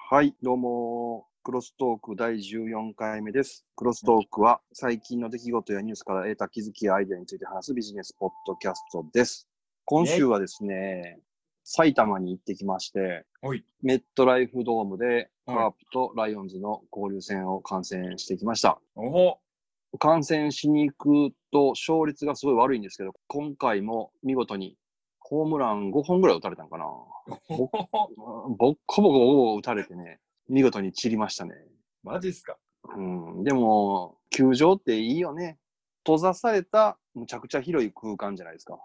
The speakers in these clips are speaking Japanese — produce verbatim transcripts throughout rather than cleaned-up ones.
はい、どうも。クロストークだいじゅうよんかいめです。クロストークは最近の出来事やニュースから得た気づきやアイデアについて話すビジネスポッドキャストです。今週はですね、埼玉に行ってきまして、メットライフドームでカープとライオンズの交流戦を観戦してきました。 おほ観戦しに行くと勝率がすごい悪いんですけど、今回も見事にホームランごほんぐらい打たれたんかな。ぼボッコボコ打たれてね、見事に散りましたね。 マジっすか。 うん、でも、球場っていいよね。閉ざされたむちゃくちゃ広い空間じゃないですか。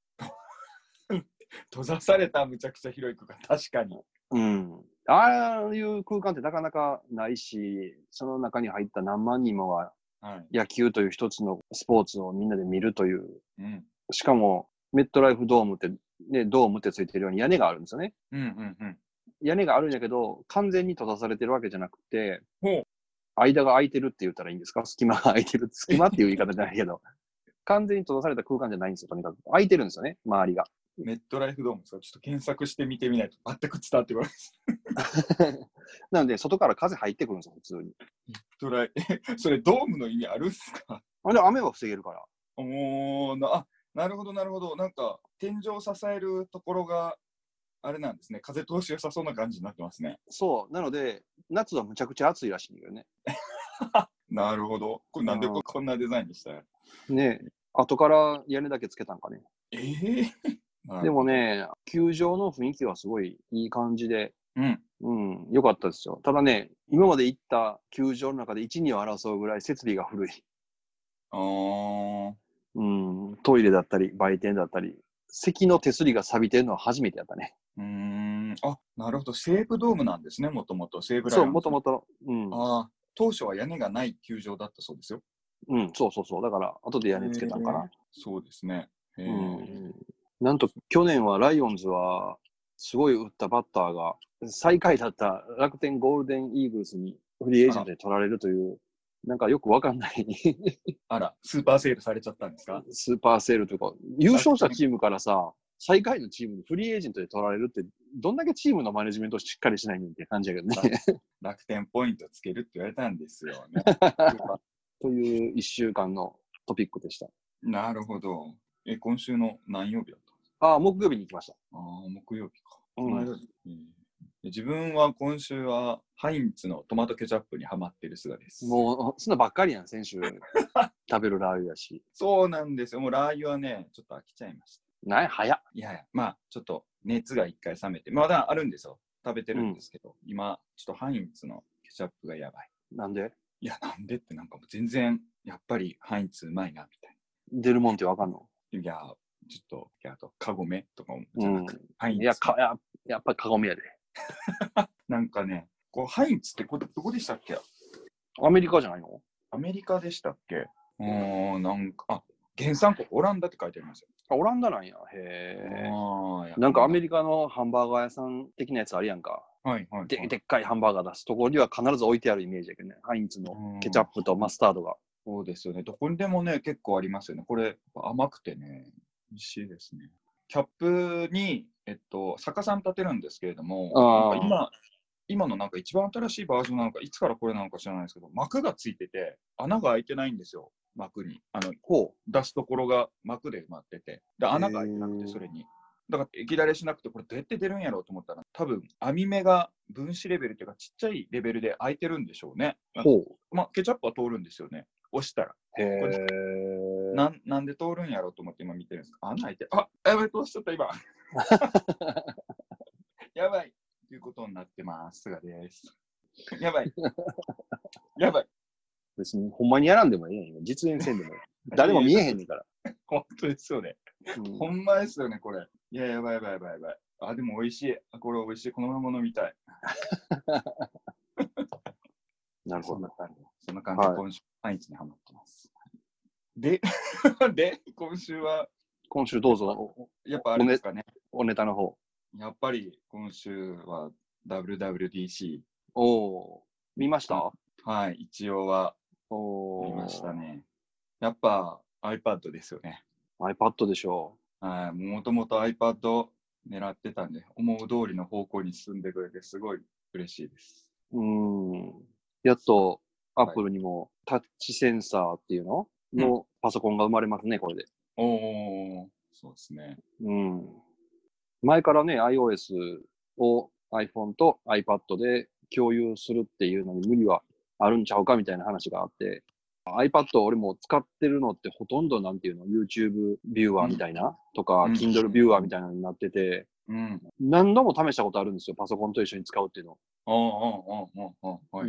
閉ざされたむちゃくちゃ広い空間、確かに。 うん。ああいう空間ってなかなかないし、その中に入った何万人もが野球という一つのスポーツをみんなで見るという。 うん、 しかも、メットライフドームって、ね、ドームってついてるように屋根があるんですよね。 うんうんうん、 屋根があるんやけど、完全に閉ざされてるわけじゃなくて、 ほう間が空いてるって言ったらいいんですか？隙間が空いてる。隙間っていう言い方じゃないけど、完全に閉ざされた空間じゃないんですよ、とにかく。空いてるんですよね、周りが。 メットライフドームですか。ちょっと検索してみてみないと全く伝わってこないです。 なので、外から風入ってくるんですよ、普通に。 メットライそれドームの意味あるんすか？ あれ、雨は防げるから。 おーな、あ、なるほどなるほど。なんか、天井を支えるところが、あれなんですね。風通し良さそうな感じになってますね。 そう。なので、夏はむちゃくちゃ暑いらしいんだけどね。 なるほど。これなんでここんなデザインにしたねえ。後から屋根だけつけたんかね。 えー、 でもね、球場の雰囲気はすごいいい感じで、 うん。 うん、良かったですよ。ただね、今まで行った球場の中でいち、にを争うぐらい設備が古い。 あーうん、トイレだったり、売店だったり、席の手すりが錆びてるのは初めてやったね。 うーん、あ、なるほど。西武ドームなんですね、もともと。西武ライそう、 オンズ。 もともと。うん。 ああ、当初は屋根がない球場だったそうですよ。 うん、そうそうそう。だから、後で屋根つけたんかな。 そうですね。へうーん。なんと、去年はライオンズは、すごい打ったバッターが、最下位だった楽天ゴールデンイーグルスにフリーエージェントで取られるという、なんかよくわかんないあら、スーパーセールされちゃったんですか？ スーパーセールというか、優勝したチームからさ、最下位のチームにフリーエージェントで取られるって、どんだけチームのマネジメントしっかりしないのって感じやけどね。 楽天ポイントつけるって言われたんですよね。 といういっしゅうかんのトピックでした。 なるほど。え、今週の何曜日だったんですか？ ああ、木曜日に行きました。 ああ、木曜日か。 うん、 この間、えー自分は今週はハインツのトマトケチャップにハマってる菅です。 もう、そんなばっかりやん、先週。食べるラー油やし。 そうなんですよ。もうラー油はね、ちょっと飽きちゃいました。 ない早っ。 いやいや、まあ、ちょっと熱が一回冷めて、まだあるんですよ。食べてるんですけど、うん、今、ちょっとハインツのケチャップがやばい。 なんで？ いや、なんでってなんかもう全然、やっぱりハインツうまいな、みたいな。デルモンテわかんの？ いや、ちょっと、いや、あと、カゴメとかもじゃなくて、うん、ハインツ。 いや、かややっぱりカゴメやで。 なんかね、こうハインツってこどこでしたっけ？ アメリカじゃないの？ アメリカでしたっけ？うーん、なんか、あ、原産国オランダって書いてありますよ。 あ、オランダなんや。へえ。 あなんかアメリカのハンバーガー屋さん的なやつあるやんか。 はいはい、はい、 で。でっかいハンバーガー出すところには必ず置いてあるイメージやけどね。ハインツのケチャップとマスタードが。 そうですよね。どこにでもね、結構ありますよね。これ、甘くてね、美味しいですね。キャップに、えっと、逆さに立てるんですけれども、なんか今、今のなんか一番新しいバージョンなのか、いつからこれなのか知らないですけど、膜がついてて、穴が開いてないんですよ、膜に。あの、こう、出すところが膜で埋まってて、で、穴が開いてなくて、それに。だから、液だれしなくて、これどうやって出るんやろうと思ったら、多分、網目が分子レベルっていうか、ちっちゃいレベルで開いてるんでしょうね。 ほう。 まあ、ケチャップは通るんですよね。押したら。 へーな。なんで通るんやろうと思って今見てるんですか？穴開いて、あ、やばい、通しちゃった今。やばい。ということになってます。菅です。やばい。やばい。 別に、ほんまにやらんでもええやん。実演せんでも。誰も見えへんねんから。 本当ですよね。うん、ほんまですよね、これ。いや、やばいやばいやばいやばい。あ、でも美味しい。あ、これ美味しい。このまま飲みたい。 なるほど。 そんな感じ。そんな感じで今週、ハインツにハマってます。で、で、今週は。 今週どうぞ。 やっぱあれですかね。 おネタの方。 やっぱり今週は ダブリューダブリューディーシー。 おー。見ました？ はい、一応は見ましたね。やっぱ iPad ですよね。 iPad でしょう。はい、もともと iPad 狙ってたんで、思う通りの方向に進んでくれて、すごい嬉しいです。 うん。やっと、アップルにもタッチセンサーっていうの、 うん、 のパソコンが生まれますね、これで。 おー、そうですね。 うん。前からね、iOS を iPhone と iPad で共有するっていうのに無理はあるんちゃうかみたいな話があって、iPad 俺も使ってるのってほとんどなんていうの、YouTube ビューアーみたいな、とか、 うん、 Kindle ビューアーみたいなのになってて、 うん。 何度も試したことあるんですよ、パソコンと一緒に使うっていうの。 おーおーおーおーおー、はい。 うん、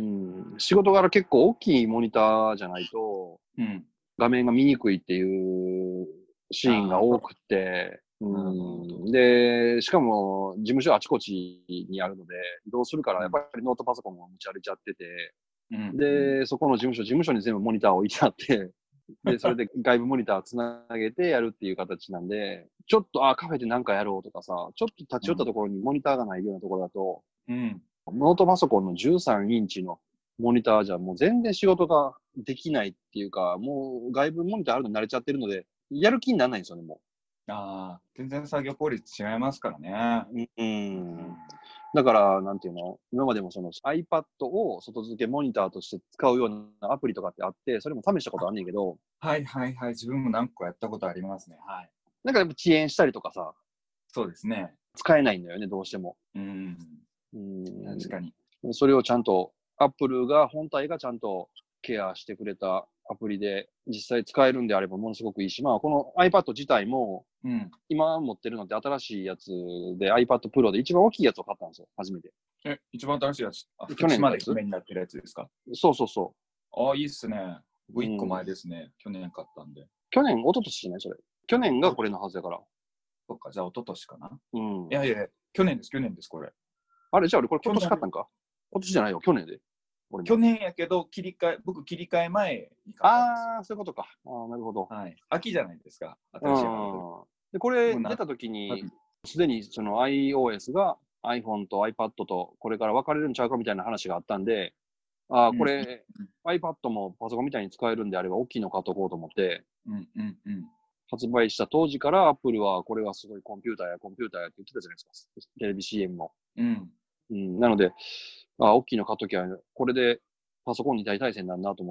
仕事柄結構大きいモニターじゃないと、 うん。 画面が見にくいっていうシーンが多くて、うん、で、しかも事務所あちこちにあるので、移動するからやっぱりノートパソコンも持ち歩いちゃってて、 うん、 で、そこの事務所、事務所に全部モニターを置いてあって、で、それで外部モニターつなげてやるっていう形なんで、ちょっと、あ、カフェでなんかやろうとかさ、ちょっと立ち寄ったところにモニターがないようなところだと、 うん、 ノートパソコンのじゅうさんインチのモニターじゃもう全然仕事ができないっていうか、もう外部モニターあるのに慣れちゃってるので、やる気にならないんですよね、もああ、全然作業効率違いますからね。 う。うん。だから、なんていうの、今までもその iPad を外付けモニターとして使うようなアプリとかってあって、それも試したことあんねんけど、 はいはいはい、自分も何個やったことありますね。はい。 なんかやっぱ遅延したりとかさ、 そうですね。 使えないんだよね、どうしても。 うん、 うん。 確かに。 それをちゃんと、Apple が、本体がちゃんとケアしてくれたアプリで実際使えるんであればものすごくいいし、まあこの iPad 自体も、 うん。 今持ってるのって新しいやつで iPad Pro で一番大きいやつを買ったんですよ、初めて。 え、一番新しいやつ。あ、 去年のやつまで記念になってるやつですか？ そうそうそああ、いいっすね。僕う。 一個うん、 前ですね。去年買ったんで。 去年、一昨年じゃないそれ。去年がこれのはずやから。 そっか、じゃあ一昨年かな。 うん。 いやいやいや、去年です、去年です、これ。 あれ、じゃあ俺これ今年買ったんか今年じゃないよ、去年で。 俺去年やけど、切り替え、僕切り替え前に買ったんですよ。 ああ、そういうことか。ああ、なるほど。 はい。秋じゃないですか。 う新しいハードん。で、これ出た時に、すでにその iOS が iPhone と iPad とこれから分かれるんちゃうかみたいな話があったんで、ああ、これ、うん、iPad もパソコンみたいに使えるんであれば大きいの買っとこうと思って、 うんうんうん、 発売した当時から Apple はこれはすごいコンピューターやコンピューターやって言ってたじゃないですか。テレビ シーエム も。 うんうん、なので、あ、大きいの買っときゃ、これでパソコンに大対戦になるなと思って、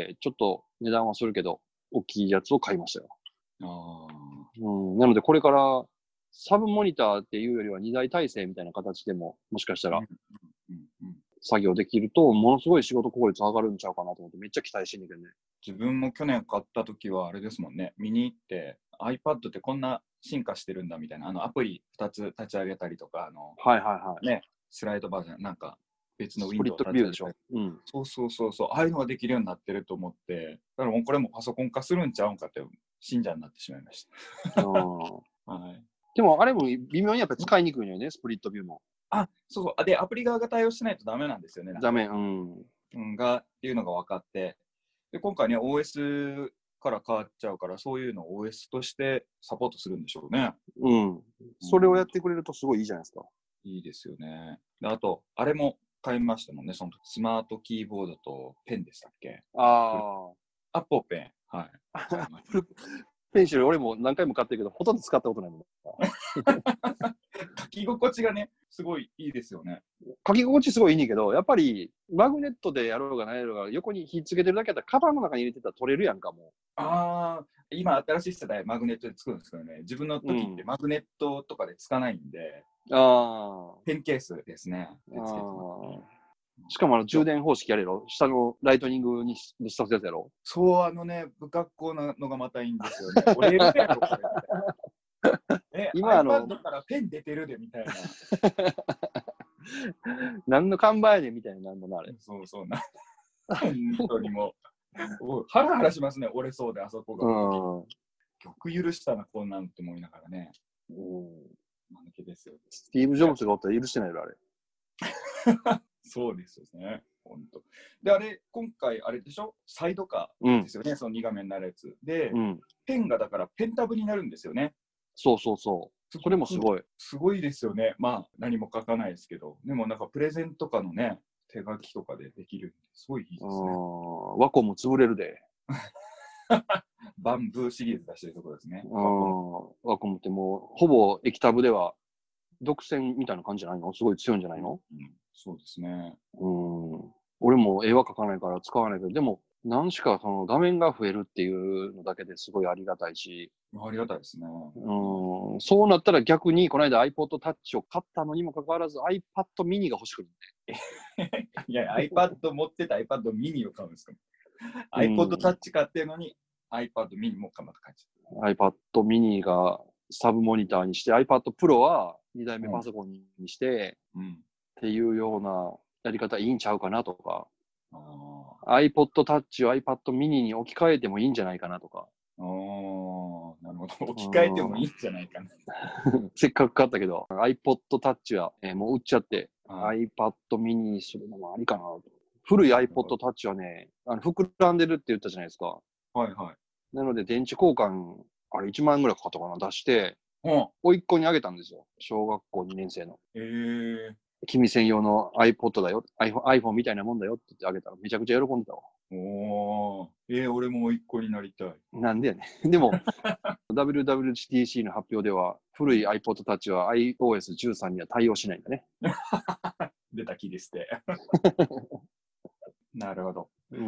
ちょっと値段はするけど、大きいやつを買いましたよ。あ、うん、なので、これからサブモニターっていうよりはに大体制みたいな形でも、もしかしたら作業できると、ものすごい仕事効率上がるんちゃうかなと思って、めっちゃ期待してんだけどね。 自分も去年買った時はあれですもんね、見に行って iPad ってこんな進化してるんだみたいな、あのアプリふたつ立ち上げたりとか、あの、 はいはいはい。 ね、スライドバージョン、なんか別のウィンドウスプリットビューでしょ。うん。 そうそうそうそう、ああいうのができるようになってると思って、だからもうこれもパソコン化するんちゃうんかって信者になってしまいました。はい、 でもあれも微妙にやっぱり使いにくいのよね、スプリットビューも。 あ、そうそう。で、アプリ側が対応しないとダメなんですよね。 ダメ、うん。 うん、が、っていうのが分かって。で、今回ね、オーエス から変わっちゃうから、そういうのを オーエス としてサポートするんでしょうね。 うん。それをやってくれるとすごいいいじゃないですか。 うん、いいですよね。で、あと、あれも買いましたもんね。そのスマートキーボードとペンでしたっけ？ ああ。アッポーペン。はい。 ペンシル、俺も何回も買ってるけど、ほとんど使ったことないもん。 書き心地がね、すごいいいですよね。 書き心地すごいいいねんけど、やっぱりマグネットでやろうがないやろうが、横にひっつけてるだけだったら、カバンの中に入れてたら取れるやんか、もう。 ああ、今新しい世代マグネットで作るんですけどね、自分の時ってマグネットとかでつかないんで、うん、あペンケースですね。 あしかもあの充電方式やれろ、下のライトニングにぶっ刺すやつやろ。 そう、あのね、不格好なのがまたいいんですよね。折れるやろ、これ。え、今あの、だからペン出てるでみたいな。 何の看板やねんみたいになるのな、あれ。 そうそうな。本当にもう、ハラハラしますね、折れそうで、あそこが。うん。曲許したな、こんなんって思いながらね。うん。間抜けですよ。 スティーブ・ジョブズがおったら許してないよ、あれ。 そうですよね。本当。で、あれ、今回、あれでしょサイドカーですよね、うん、そのに画面になるやつ。で、うん、ペンがだからペンタブになるんですよね。 そうそうそう。それもすごい。 すごいですよね。まあ、何も書かないですけど。でもなんかプレゼンとかのね、手書きとかでできる。すごいいいですね。 ワコム潰れるで。 バンブーシリーズ出してるところですね。 ワコムってもう、ほぼ液タブでは独占みたいな感じじゃないの？すごい強いんじゃないの？ うん、 そうですね。 うん。俺も絵は描かないから使わないけど、でも、何しかその画面が増えるっていうのだけですごいありがたいし、 ありがたいですね。 うん、そうなったら逆に、この間 iPod Touch を買ったのにもかかわらず iPad mini が欲しくるね。いや、iPad 持ってた iPad mini を買うんですか、 ね。 iPod Touch 買ってるのに iPad mini もまた買っちゃう。iPad mini がサブモニターにして、iPad Pro はにだいめパソコンにして、うん、っていうようなやり方いいんちゃうかなとか、iPod Touch を iPad mini に置き換えてもいいんじゃないかなとか。 ああ、なるほど。置き換えてもいいんじゃないかな。 せっかく買ったけど、iPod Touch は、えー、もう売っちゃって、iPad mini にするのもありかなと。古い iPod Touch はね、あの膨らんでるって言ったじゃないですか。 はいはい。 なので、電池交換、あれいちまん円ぐらいかかったかな、出して、うん、甥っ子にあげたんですよ。小学校にねん生の。 へえー。 君専用の iPod だよ、iPhone、iPhone みたいなもんだよって言ってあげたらめちゃくちゃ喜んでたわ。 おー、えー、俺も甥っ子になりたい。 なんでやねん。でも、ダブリューダブリューディーシー の発表では、古い iPod Touch は アイオーエスじゅうさん には対応しないんだね。 出た気ですって。なるほど。 うん。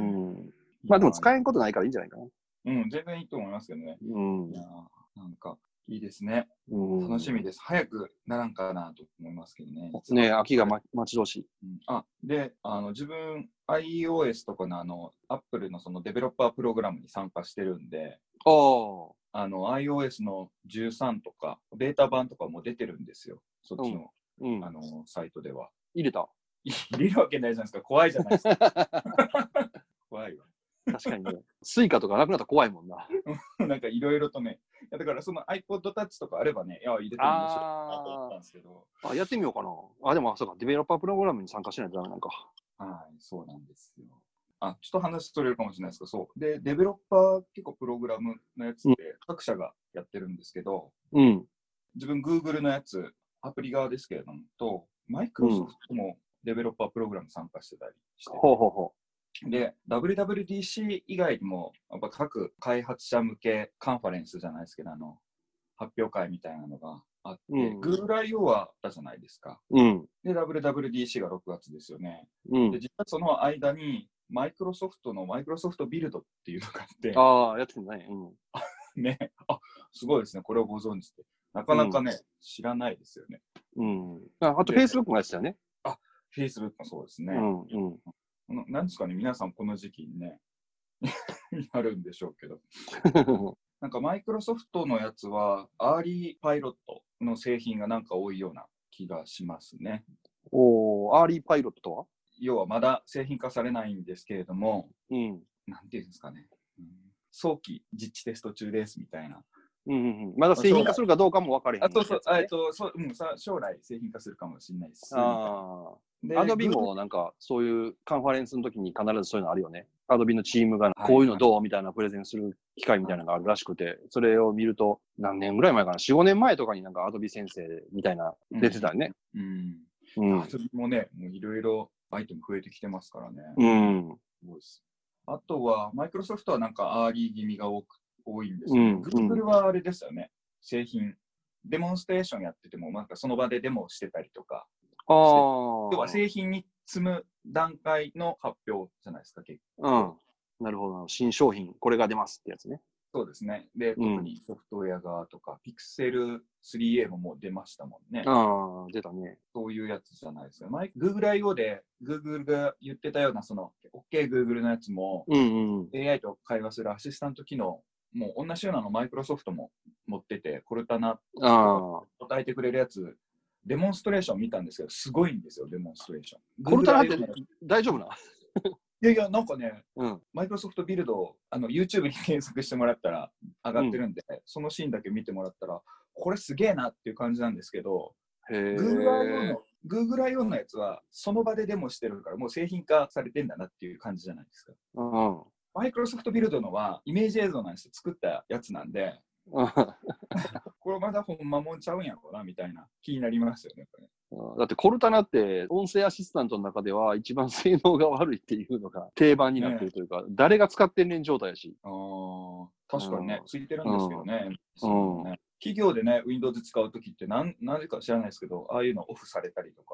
まあでも使えんことないからいいんじゃないかな。 うん、全然いいと思いますけどね。うん。いやなんか、いいですね。 うん、 楽しみです。早くならんかなと思いますけどね。 ね、秋が、ま、待ち遠しい。 うん、あ、で、あの自分、iOS とかのあの、Apple のそのデベロッパープログラムに参加してるんで、 ああの iOS のじゅうさんとか、ベータ版とかも出てるんですよ。そっちの、うん、あのサイトでは。 入れた入れるわけないじゃないですか。怖いじゃないですか。怖いわ。 確かにね。スイカとかなくなったら怖いもんな。 なんかいろいろとね。だからその iPod Touch とかあればね、いや、入れても面白いなと思ったんですけど。 あ、やってみようかな。あ、でもそうか、デベロッパープログラムに参加しないとダメなんか。 はい、そうなんですよ。あ、ちょっと話取れるかもしれないですけど、そう。で、デベロッパー結構プログラムのやつって各社がやってるんですけど、うん、自分 Google のやつ、アプリ側ですけれども、と、マイクロソフトもデベロッパープログラム参加してたりして、うん、ほうほうほう。で、ダブリューダブリューディーシー 以外にも、やっぱ各開発者向けカンファレンスじゃないですけど、あの、発表会みたいなのがあって、うん、Google アイオー はあったじゃないですか。うん、で、ダブリューダブリューディーシー がろくがつですよね。うん、で、実はその間に、マイクロソフトのマイクロソフトビルドっていうのがあって。 ああ、やってんね。 うん、ね。あ、すごいですね。これをご存知で。なかなかね、うん、知らないですよね。 うん。あ, あと、Facebook もやってたよね。 あ、Facebook もそうですね。うんうん。なんですかね、皆さんこの時期にね、やるんでしょうけど。なんかマイクロソフトのやつは、アーリーパイロットの製品がなんか多いような気がしますね。 おー、アーリーパイロットとは？ 要はまだ製品化されないんですけれども、うん、なんていうんですかね、うん、早期実地テスト中ですみたいな。 うんうんうん、まだ製品化するかどうかも分かれへん、ね。 あ、そうそう、えっと、そう、うん、さ、将来製品化するかもしれないです。 ああ。アドビもなんかそういうカンファレンスの時に必ずそういうのあるよね。アドビのチームがこういうのどう、はい、みたいなプレゼンする機会みたいなのがあるらしくて、それを見ると何年ぐらい前かな、よん、ごねんまえとかになんかアドビ先生みたいな出てたね。 うん。うん。アドビもね、もういろいろアイテム増えてきてますからね。 うん。 あとは、マイクロソフトはなんかアーリー気味が多く多いんですけど、うん、Google はあれですよね、製品、デモンストレーションやってても、なんかその場でデモしてたりとか、あ要は製品に積む段階の発表じゃないですか、結構。 うん。なるほど。新商品、これが出ますってやつね。 そうですね。で、特にソフトウェア側とか、うん、ピクセル スリーエー ももう出ましたもんね。 ああ、出たね。 そういうやつじゃないですか。Google アイオー で Google が言ってたような、その OKGoogle のやつも、うんうん、エーアイ と会話するアシスタント機能、もう同じようなのマイクロソフトも持ってて、コルタナと答えてくれるやつ、デモンストレーション見たんですけど、すごいんですよ、デモンストレーション。 コルタナって大丈夫な？ いやいや、なんかね、マイクロソフトビルドをあの YouTube に検索してもらったら上がってるんで、うん、そのシーンだけ見てもらったら、これすげえなっていう感じなんですけど、Google アイオー の、Google アイオー のやつはその場でデモしてるから、もう製品化されてんだなっていう感じじゃないですか。うんマイクロソフトビルドのはイメージ映像なんですよ。作ったやつなんで、これまだほんまもんちゃうんやろうなみたいな気になりますよね。 だってコルタナって音声アシスタントの中では一番性能が悪いっていうのが定番になってるというか、ね、誰が使ってんねん状態やし。 あ確かにね、うん、ついてるんですけどね。うんね企業でね、Windows 使うときって何、何でか知らないですけど、ああいうのオフされたりとか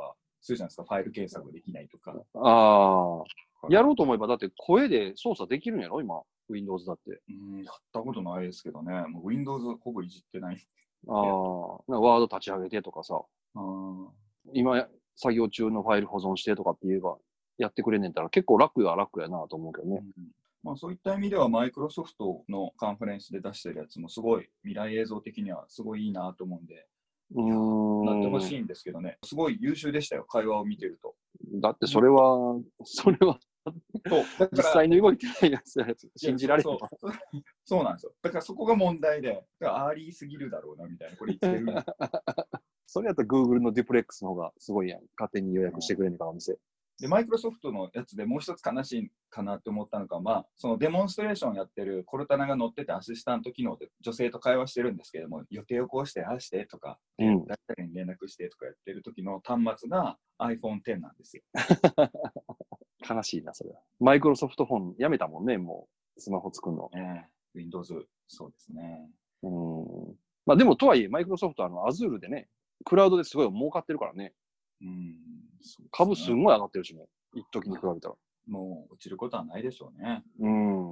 するじゃないですか、ファイル検索できないとか。 ああ。やろうと思えば、だって声で操作できるんやろ今、Windows だって。 うん、やったことないですけどね。もう Windows ほぼいじってない。 ああ。ワード立ち上げてとかさ。 あ今、作業中のファイル保存してとかって言えば、やってくれんねんたら結構楽や楽やなと思うけどね。 うん、まあ、そういった意味では、マイクロソフトのカンファレンスで出してるやつもすごい、未来映像的にはすごいいいなと思うんで、 うーん。 なってほしいんですけどね。すごい優秀でしたよ、会話を見てると。 だってそれは、それは、 そうだから実際に動いてないやつやつ信じられない。 そうそうそうそうなんですよ。だからそこが問題で、だからアーリーすぎるだろうなみたいな、これいつけるそれやったら Google のデュプレックスの方がすごいやん。勝手に予約してくれるのか、お店。 で、マイクロソフトのやつでもう一つ悲しいかなって思ったのが、まあ、そのデモンストレーションやってるコルタナが乗っててアシスタント機能で女性と会話してるんですけども、予定をこうして、ああしてとか、 うん、 誰に連絡してとかやってる時の端末が アイフォンテン なんですよ。 悲しいな、それは。マイクロソフトフォンやめたもんね、もう、スマホ作るの。 ね、Windows、そうですね。 うん。まあでも、とはいえ、マイクロソフトはあの Azure でね、クラウドですごい儲かってるからね。 うん、そうですね、 株すんごい上がってるしね。一時に比べたら。 もう落ちることはないでしょうね。 うん。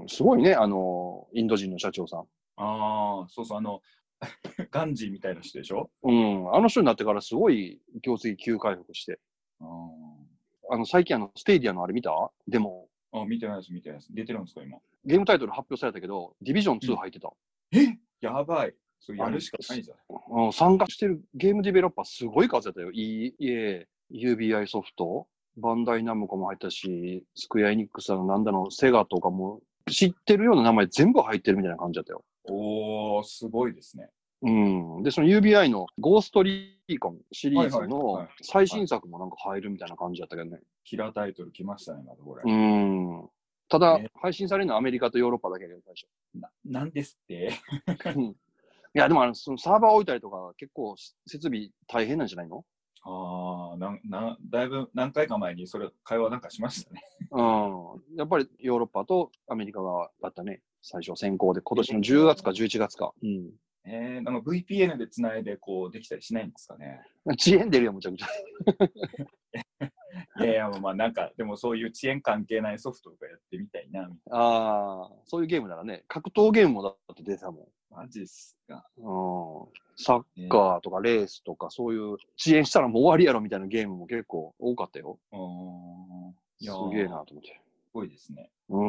すごいね、あの、インド人の社長さん。 ああ、そうそう、あの、ガンジーみたいな人でしょ。 うん。あの人になってからすごい業績急回復して。 ああの、最近あの、ステイディアのあれ見たでも、 あ、見てないです、見てないです。出てるんですか、今。 ゲームタイトル発表されたけど、ディビジョンツー入ってた。 えやばい。それやるしかないじゃん。 うん、参加してるゲームディベロッパーすごい数やったよ。イーエー、ユービーアイ ソフト、バンダイナムコも入ったし、スクエアエニックスのなんだの、セガとかも知ってるような名前全部入ってるみたいな感じだったよ。 おー、すごいですね。 うん。で、その ユービーアイ のゴーストリーコンシリーズの最新作もなんか入るみたいな感じだったけどね。 キラータイトル来ましたね、またこれ。 うん。ただ、配信されるのはアメリカとヨーロッパだけだけど、最初。 な、なんですっていや、でもあの、そのサーバー置いたりとか結構設備大変なんじゃないの？ ああ、な、な、だいぶ何回か前にそれ会話なんかしましたね。 うん。やっぱりヨーロッパとアメリカがだったね。最初先行で、今年のじゅうがつかじゅういちがつか。うん。 えー、なんか ブイピーエヌ でつないでこうできたりしないんですかね。 遅延出るよ、むちゃくちゃ。 いやいや、まあなんか、でもそういう遅延関係ないソフトとかやってみたいな、みたいな。 ああ、そういうゲームならね、格闘ゲームもだって出てたもん。 マジっすか。 うん。サッカーとかレースとか、そういう遅延したらもう終わりやろみたいなゲームも結構多かったよ。 うん。 すげえなと思って。 すごいですね。 うん。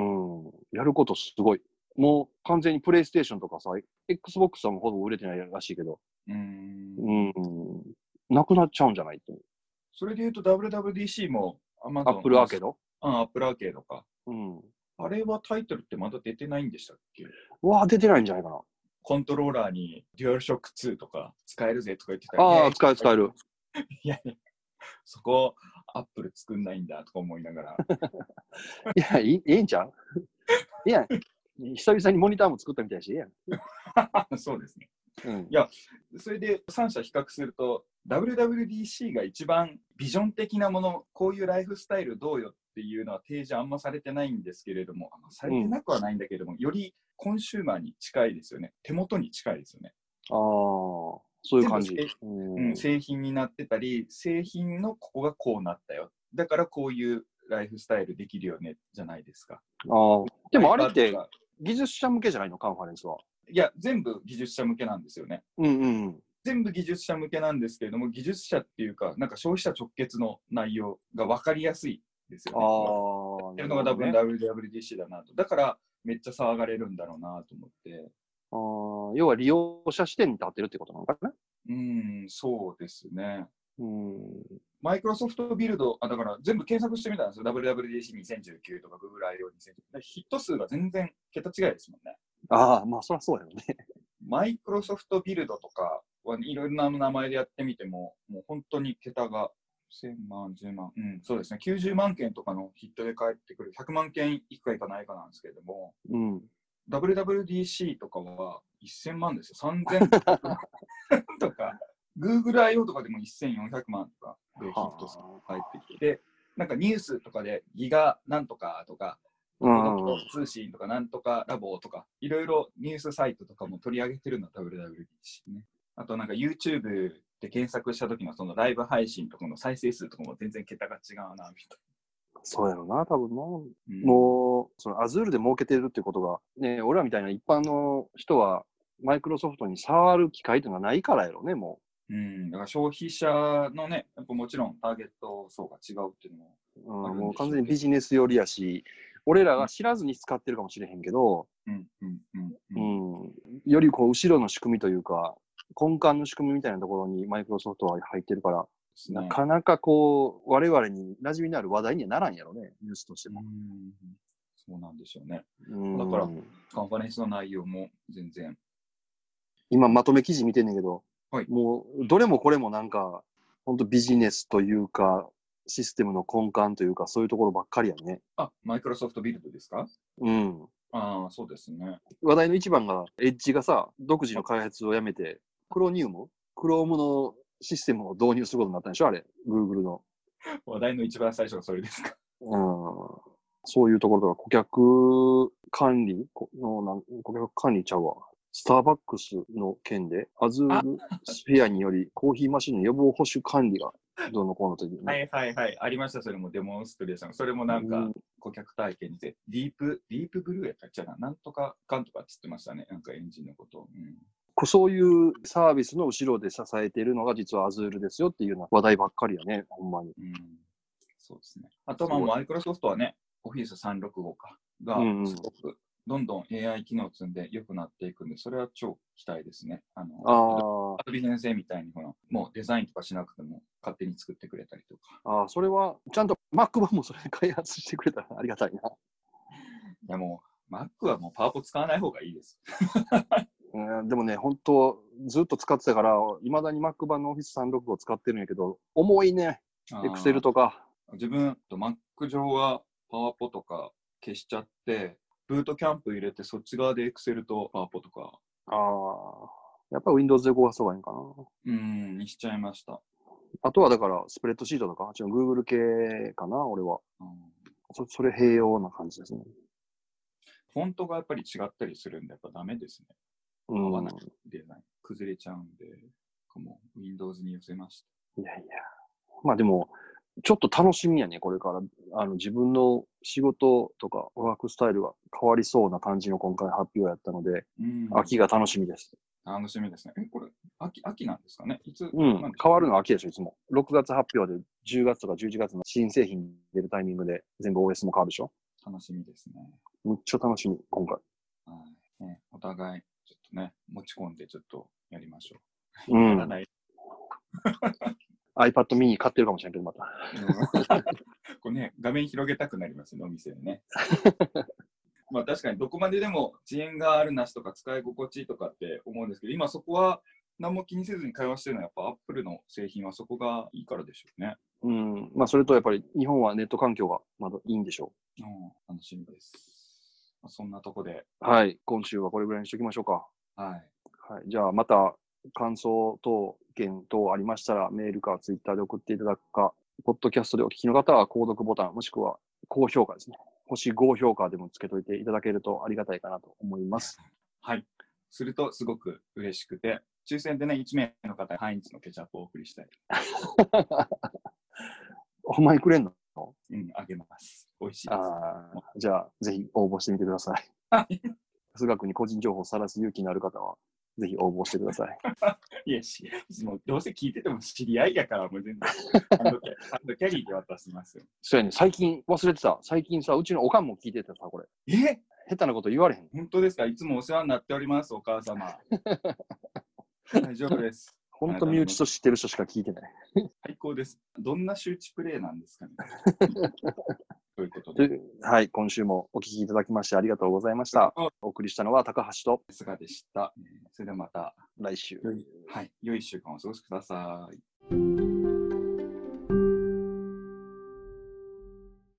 やることすごい。もう完全にプレイステーションとかさ、Xbox はもうほぼ売れてないらしいけど、 うーん。 うん。なくなっちゃうんじゃないと。 それで言うと ダブリューダブリューディーシー も Amazon。 アップルアーケード？ うん、アップルアーケードか。 うん。 あれはタイトルってまだ出てないんでしたっけ？ うわ、出てないんじゃないかな。 コントローラーにデュアルショックツーとか使えるぜとか言ってたら、 ああ、使える使える。 いやいや、そこアップル作んないんだとか思いながら。 いや、いい、いいんちゃう？いや、久々にモニターも作ったみたいし、いいやん。 そうですね。 うん、 いや、それでさん社比較すると、ダブリューダブリューディーシー が一番ビジョン的なもの、こういうライフスタイルどうよっていうのは提示あんまされてないんですけれども、あんまされてなくはないんだけれども、うん、よりコンシューマーに近いですよね。手元に近いですよね。 ああ、そういう感じ。 うん、製品になってたり、製品のここがこうなったよ。だからこういうライフスタイルできるよね、じゃないですか。 ああ、でもあれって技術者向けじゃないの、カンファレンスは。 いや、全部技術者向けなんですよね。 うんうん。 全部技術者向けなんですけれども、技術者っていうか、なんか消費者直結の内容が分かりやすいですよね。ああ。っていうのが多分 ダブリューダブリューディーシー だなと。だからめっちゃ騒がれるんだろうなと思って。 ああ、要は利用者視点に立ってるってことなのかな？ うん、そうですね。 うん。 マイクロソフトビルド、あ、だから全部検索してみたんですよ。ダブリューダブリューディーシーにせんじゅうきゅう とか Google アイオーにせんじゅうきゅう。ヒット数が全然桁違いですもんね。 ああ、まあそりゃそうやろね。 マイクロソフトビルドとかはいろいろな名前でやってみても、もう本当に桁がせんまん、じゅうまん、うん、そうですね、きゅうじゅうまんけんとかのヒットで返ってくる、ひゃくまんけんいくかいかないかなんですけれども、 うん、 ダブリューダブリューディーシー とかはせんまんですよ、さんぜんとか、Google アイオー とかでもせんよんひゃくまんとかでヒット入ってきて、なんかニュースとかでギガなんとかとか、通信とかなんとかラボとか、いろいろニュースサイトとかも取り上げてるのは ダブリューダブリューディーシー ね。あとなんか YouTube で検索した時のそのライブ配信とかの再生数とかも全然桁が違うな、みたいそうやろな、多分な。 うんもう、その Azure で儲けてるってことが、ね、俺らみたいな一般の人は、マイクロソフトに触る機会っていうのがないからやろね、もな。うん、だから消費者のね、やっぱもちろんターゲット層が違うっていうのもう。うん、 あるんでしょうけどもう完全にビジネス寄りやし、俺らが知らずに使ってるかもしれへんけど、 うんうんうんううんん、よりこう、後ろの仕組みというか、根幹の仕組みみたいなところにマイクロソフトは入ってるから、 ですねなかなかこう、我々に馴染みのある話題にはならんやろね、ニュースとしても。 うんそうなんでしょうね。 うんだからカンファレンスの内容も全然。 今まとめ記事見てんねんけど、 はいもうどれもこれもなんか、本当ビジネスというか、システムの根幹というか、そういうところばっかりやね。 あ、マイクロソフトビルドですか？ うん。 ああ、そうですね。 話題の一番が、エッジがさ、独自の開発をやめて、クロニウムクロームのシステムを導入することになったんでしょあれ、Google の。 話題の一番最初がそれですか？ うん。そういうところとか、顧客管理のなん、顧客管理ちゃうわ。スターバックスの件で、Azure スフェアによりコーヒーマシンの予防保守管理がどうのこうのという、ね。 はいはいはい。ありました、それもデモンストレーション。それもなんか、 うん顧客体験で、ディープ、ディープブルーやったっけな、なんとかかんとかって言ってましたね。なんかエンジンのことを。うんこそういうサービスの後ろで支えているのが実は Azure ですよっていうような話題ばっかりやね、ほんまに。 うん、そうですね。あと、まあ、マイクロソフトはね、オフィスさんびゃくろくじゅうごかがうんうんすごくどんどん エーアイ 機能を積んで良くなっていくんで、それは超期待ですね。あの、 あアドビ先生みたいにほら、もうデザインとかしなくても勝手に作ってくれたりとか。 あ、ああ、それはちゃんと Mac 版もそれ開発してくれたらありがたいな。 いやもう、Mac はもうパワポ使わない方がいいです。 うん、でもね、本当ずっと使ってたから、いまだに Mac 版の Office さんびゃくろくじゅうごを使ってるんやけど、重いね、Excel とか。 自分と Mac 上はパワポとか消しちゃって、ブートキャンプ入れてそっち側で Excel とパワポとか。 ああ、やっぱり Windows で動かす方がいいんかな。 うん、にしちゃいました。 あとはだから、スプレッドシートとか、ちょっと Google 系かな、俺は。 うん、 そそれ併用な感じですね。 フォントがやっぱり違ったりするんで、やっぱダメですね。 うん、 合わないデザイン。崩れちゃうんで、もう Windows に寄せました。 いやいや。まあでも、ちょっと楽しみやね、これから。あの、自分の仕事とかワークスタイルが変わりそうな感じの今回発表やったので、 うん、 秋が楽しみです。 楽しみですね。え、これ、秋、秋なんですかねいつ、 うん、 なんで変わるのは秋でしょ、いつも。ろくがつ発表でじゅうがつとかじゅういちがつの新製品出るタイミングで全部 オーエス も変わるでしょ。 楽しみですね。 めっちゃ楽しみ、今回。 はいね、お互い、ちょっとね、持ち込んでちょっとやりましょう。 うんやらない。 iPad mini 買ってるかもしれんけど、また。 これね、画面広げたくなりますね、お店でね。まあ確かにどこまででも遅延があるなしとか使い心地とかって思うんですけど、今そこは何も気にせずに会話してるのはやっぱ Apple の製品はそこがいいからでしょうね。 うん。まあそれとやっぱり日本はネット環境がまだいいんでしょうん、楽しみです。まあ、そんなとこで。 う。はい。今週はこれぐらいにしときましょうか。 はい。 はい。じゃあまた感想等、意見等ありましたらメールかツイッターで送っていただくか、ポッドキャストでお聞きの方は購読ボタン、もしくは高評価ですね。星ご評価でもつけといていただけるとありがたいかなと思います。 はい。するとすごく嬉しくて、抽選でね、いち名の方にハインツのケチャップをお送りしたい。 お前くれんの？ うん、あげます。美味しいです。 ああ、じゃあぜひ応募してみてください。 はい。 数学に個人情報を晒す勇気のある方は、ぜひ応募してください。 いやし、もうどうせ聞いてても知り合いやから、もう全然、ハンドキャハンドキャリーで渡しますよ。 そうやね、最近忘れてた。最近さ、うちのおかんも聞いてたさ、これ。 え下手なこと言われへん。 本当ですか？いつもお世話になっております、お母様。大丈夫です。 本当身内と知ってる人しか聞いてない。 最高です。どんな周知プレイなんですかね。ということで。 はい、今週もお聞きいただきましてありがとうございました。お送りしたのは高橋と菅でした。それではまた来週。 はい、良いいっしゅうかんをお過ごしください。